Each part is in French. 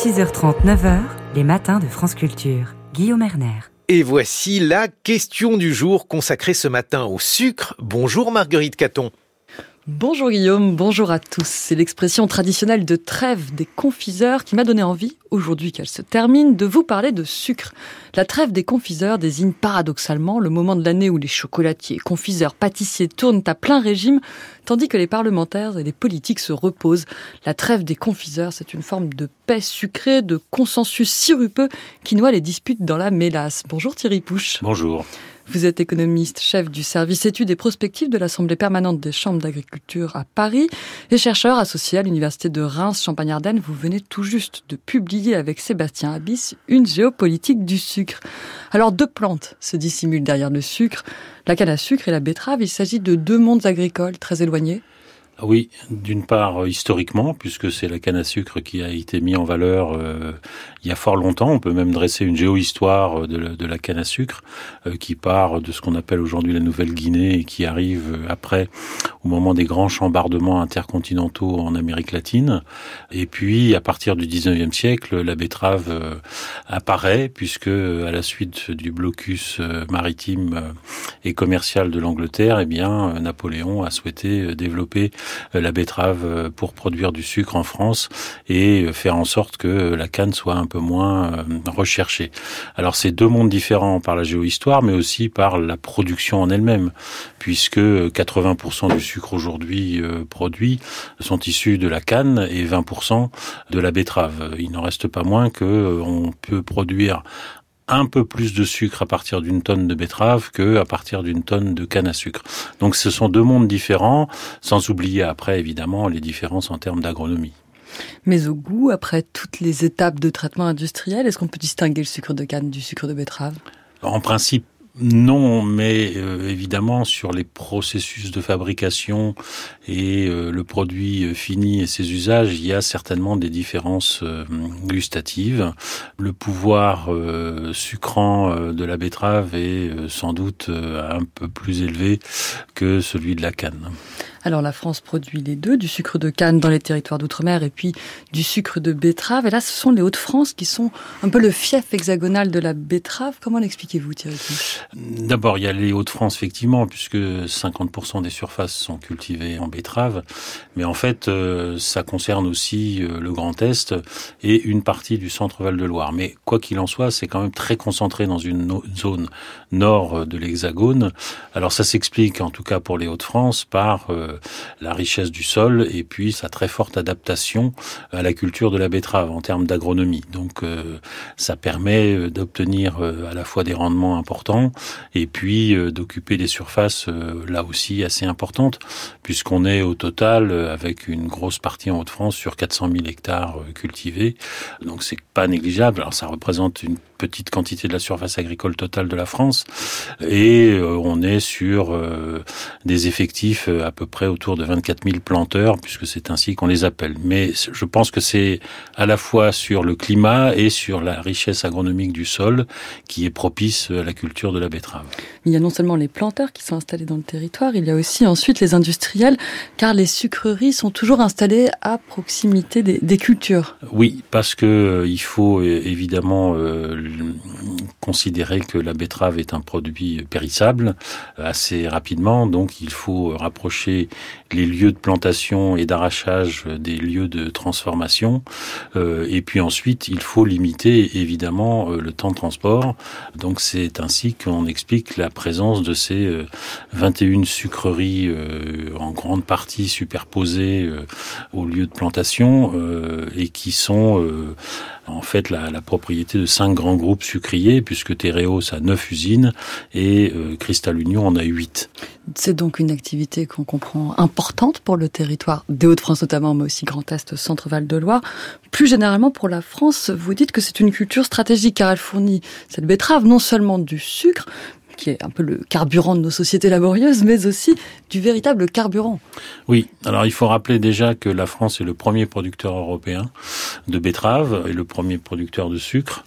6h30, 9h, les matins de France Culture. Guillaume Erner. Et voici la question du jour consacrée ce matin au sucre. Bonjour Marguerite Caton. Bonjour Guillaume, bonjour à tous. C'est l'expression traditionnelle de trêve des confiseurs qui m'a donné envie, aujourd'hui qu'elle se termine, de vous parler de sucre. La trêve des confiseurs désigne paradoxalement le moment de l'année où les chocolatiers, confiseurs, pâtissiers tournent à plein régime, tandis que les parlementaires et les politiques se reposent. La trêve des confiseurs, c'est une forme de paix sucrée, de consensus sirupeux qui noie les disputes dans la mélasse. Bonjour Thierry Pouche. Bonjour. Vous êtes économiste, chef du service études et prospectives de l'Assemblée permanente des chambres d'agriculture à Paris et chercheur associé à l'Université de Reims-Champagne-Ardenne. Vous venez tout juste de publier avec Sébastien Abyss une géopolitique du sucre. Alors, deux plantes se dissimulent derrière le sucre, la canne à sucre et la betterave. Il s'agit de deux mondes agricoles très éloignés. Oui, d'une part historiquement, puisque c'est la canne à sucre qui a été mise en valeur il y a fort longtemps. On peut même dresser une géohistoire de la canne à sucre qui part de ce qu'on appelle aujourd'hui la Nouvelle-Guinée et qui arrive après au moment des grands chambardements intercontinentaux en Amérique latine. Et puis à partir du 19e siècle, la betterave apparaît puisque à la suite du blocus maritime et commercial de l'Angleterre, eh bien Napoléon a souhaité développer la betterave pour produire du sucre en France et faire en sorte que la canne soit un peu moins recherchée. Alors c'est deux mondes différents par la géohistoire, mais aussi par la production en elle-même, puisque 80% du sucre aujourd'hui produit sont issus de la canne et 20% de la betterave. Il n'en reste pas moins qu'on peut produire un peu plus de sucre à partir d'une tonne de betterave que à partir d'une tonne de canne à sucre. Donc ce sont deux mondes différents, sans oublier après évidemment les différences en termes d'agronomie. Mais au goût, après toutes les étapes de traitement industriel, est-ce qu'on peut distinguer le sucre de canne du sucre de betterave ? En principe, non, mais évidemment sur les processus de fabrication et le produit fini et ses usages, il y a certainement des différences gustatives. Le pouvoir sucrant de la betterave est sans doute un peu plus élevé que celui de la canne. Alors la France produit les deux, du sucre de canne dans les territoires d'outre-mer et puis du sucre de betterave. Et là, ce sont les Hauts-de-France qui sont un peu le fief hexagonal de la betterave. Comment l'expliquez-vous, Thierry Pouche ? D'abord, il y a les Hauts-de-France, effectivement, puisque 50% des surfaces sont cultivées en betterave. Mais en fait, ça concerne aussi le Grand Est et une partie du centre-Val de Loire. Mais quoi qu'il en soit, c'est quand même très concentré dans une zone nord de l'Hexagone. Alors ça s'explique, en tout cas pour les Hauts-de-France, par la richesse du sol et puis sa très forte adaptation à la culture de la betterave en termes d'agronomie. Donc ça permet d'obtenir à la fois des rendements importants et puis d'occuper des surfaces là aussi assez importantes, puisqu'on est au total avec une grosse partie en Hauts-de-France sur 400 000 hectares cultivés. Donc c'est pas négligeable. Alors ça représente une petite quantité de la surface agricole totale de la France et on est sur des effectifs à peu près autour de 24 000 planteurs, puisque c'est ainsi qu'on les appelle. Mais je pense que c'est à la fois sur le climat et sur la richesse agronomique du sol qui est propice à la culture de la betterave. Il y a non seulement les planteurs qui sont installés dans le territoire, il y a aussi ensuite les industriels, car les sucreries sont toujours installées à proximité des cultures. Oui, parce que il faut évidemment considérer que la betterave est un produit périssable assez rapidement, donc il faut rapprocher les lieux de plantation et d'arrachage des lieux de transformation, et puis ensuite il faut limiter évidemment le temps de transport. Donc c'est ainsi qu'on explique la présence de ces 21 sucreries en grande partie superposées aux lieux de plantation et qui sont en fait la propriété de 5 grands groupes sucriers, puisque Tereos a 9 usines et Cristal Union en a 8. C'est donc une activité qu'on comprend importante pour le territoire des Hauts-de-France notamment, mais aussi Grand Est, Centre-Val de Loire. Plus généralement pour la France, vous dites que c'est une culture stratégique car elle fournit cette betterave non seulement du sucre, qui est un peu le carburant de nos sociétés laborieuses, mais aussi du véritable carburant. Oui, alors il faut rappeler déjà que la France est le premier producteur européen de betterave et le premier producteur de sucre.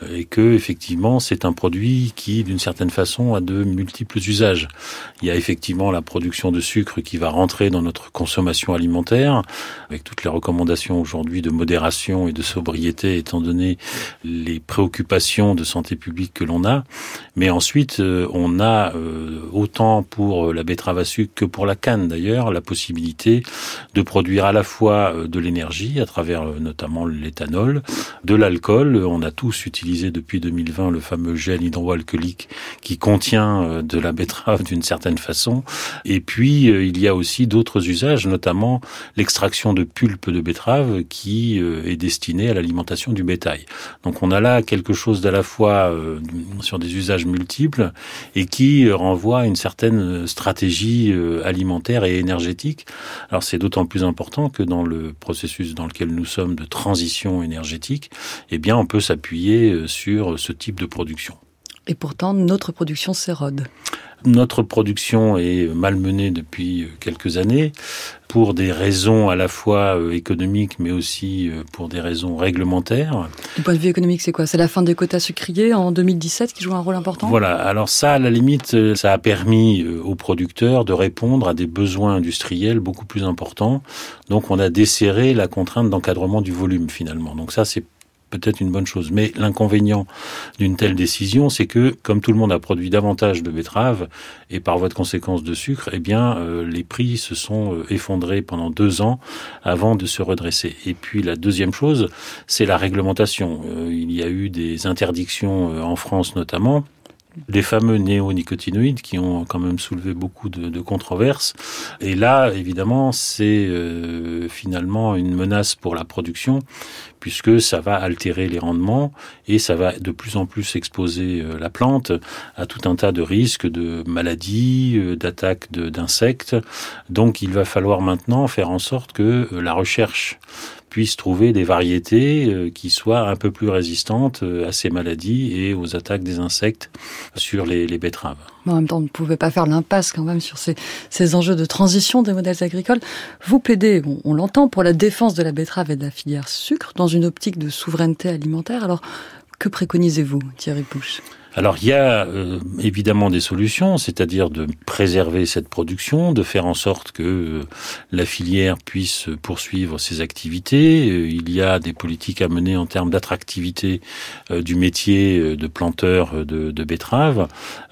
et que effectivement c'est un produit qui d'une certaine façon a de multiples usages. Il y a effectivement la production de sucre qui va rentrer dans notre consommation alimentaire, avec toutes les recommandations aujourd'hui de modération et de sobriété étant donné les préoccupations de santé publique que l'on a. Mais ensuite, on a autant pour la betterave à sucre que pour la canne d'ailleurs, la possibilité de produire à la fois de l'énergie à travers notamment l'éthanol, de l'alcool. On a tous utilisé depuis 2020 le fameux gel hydroalcoolique qui contient de la betterave d'une certaine façon. Et puis, il y a aussi d'autres usages, notamment l'extraction de pulpe de betterave qui est destinée à l'alimentation du bétail. Donc on a là quelque chose d'à la fois sur des usages multiples et qui renvoie à une certaine stratégie alimentaire et énergétique. Alors c'est d'autant plus important que dans le processus dans lequel nous sommes de transition énergétique, eh bien on peut s'appuyer sur ce type de production. Et pourtant, notre production s'érode. Notre production est malmenée depuis quelques années pour des raisons à la fois économiques mais aussi pour des raisons réglementaires. Du point de vue économique, c'est quoi ? C'est la fin des quotas sucriers en 2017 qui joue un rôle important ? Voilà, alors ça, à la limite, ça a permis aux producteurs de répondre à des besoins industriels beaucoup plus importants. Donc on a desserré la contrainte d'encadrement du volume finalement. Donc ça, c'est peut-être une bonne chose. Mais l'inconvénient d'une telle décision, c'est que, comme tout le monde a produit davantage de betteraves, et par voie de conséquence de sucre, eh bien, les prix se sont effondrés pendant 2 ans avant de se redresser. Et puis, la deuxième chose, c'est la réglementation. Il y a eu des interdictions en France notamment, les fameux néonicotinoïdes qui ont quand même soulevé beaucoup de controverses. Et là, évidemment, c'est finalement une menace pour la production, puisque ça va altérer les rendements et ça va de plus en plus exposer la plante à tout un tas de risques de maladies, d'attaques d'insectes. Donc il va falloir maintenant faire en sorte que la recherche puisse trouver des variétés qui soient un peu plus résistantes à ces maladies et aux attaques des insectes sur les betteraves. Mais en même temps, on ne pouvait pas faire l'impasse quand même sur ces enjeux de transition des modèles agricoles. Vous plaidez, on l'entend, pour la défense de la betterave et de la filière sucre dans une optique de souveraineté alimentaire. Alors, que préconisez-vous, Thierry Pouch ? Alors il y a évidemment des solutions, c'est-à-dire de préserver cette production, de faire en sorte que la filière puisse poursuivre ses activités. Il y a des politiques à mener en termes d'attractivité du métier de planteur de betteraves.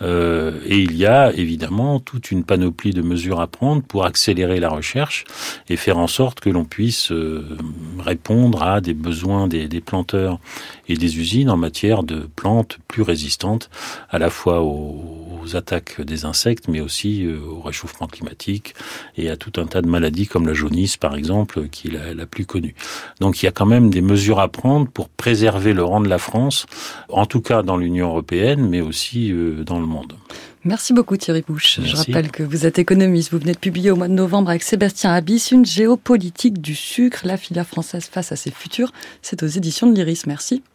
Et il y a évidemment toute une panoplie de mesures à prendre pour accélérer la recherche et faire en sorte que l'on puisse répondre à des besoins des planteurs et des usines en matière de plantes plus résistantes à la fois aux attaques des insectes, mais aussi au réchauffement climatique et à tout un tas de maladies comme la jaunisse, par exemple, qui est la plus connue. Donc il y a quand même des mesures à prendre pour préserver le rang de la France, en tout cas dans l'Union européenne, mais aussi dans le monde. Merci beaucoup Thierry Pouch. Merci. Je rappelle que vous êtes économiste. Vous venez de publier au mois de novembre avec Sébastien Habis une géopolitique du sucre, la filière française face à ses futurs. C'est aux éditions de l'Iris. Merci.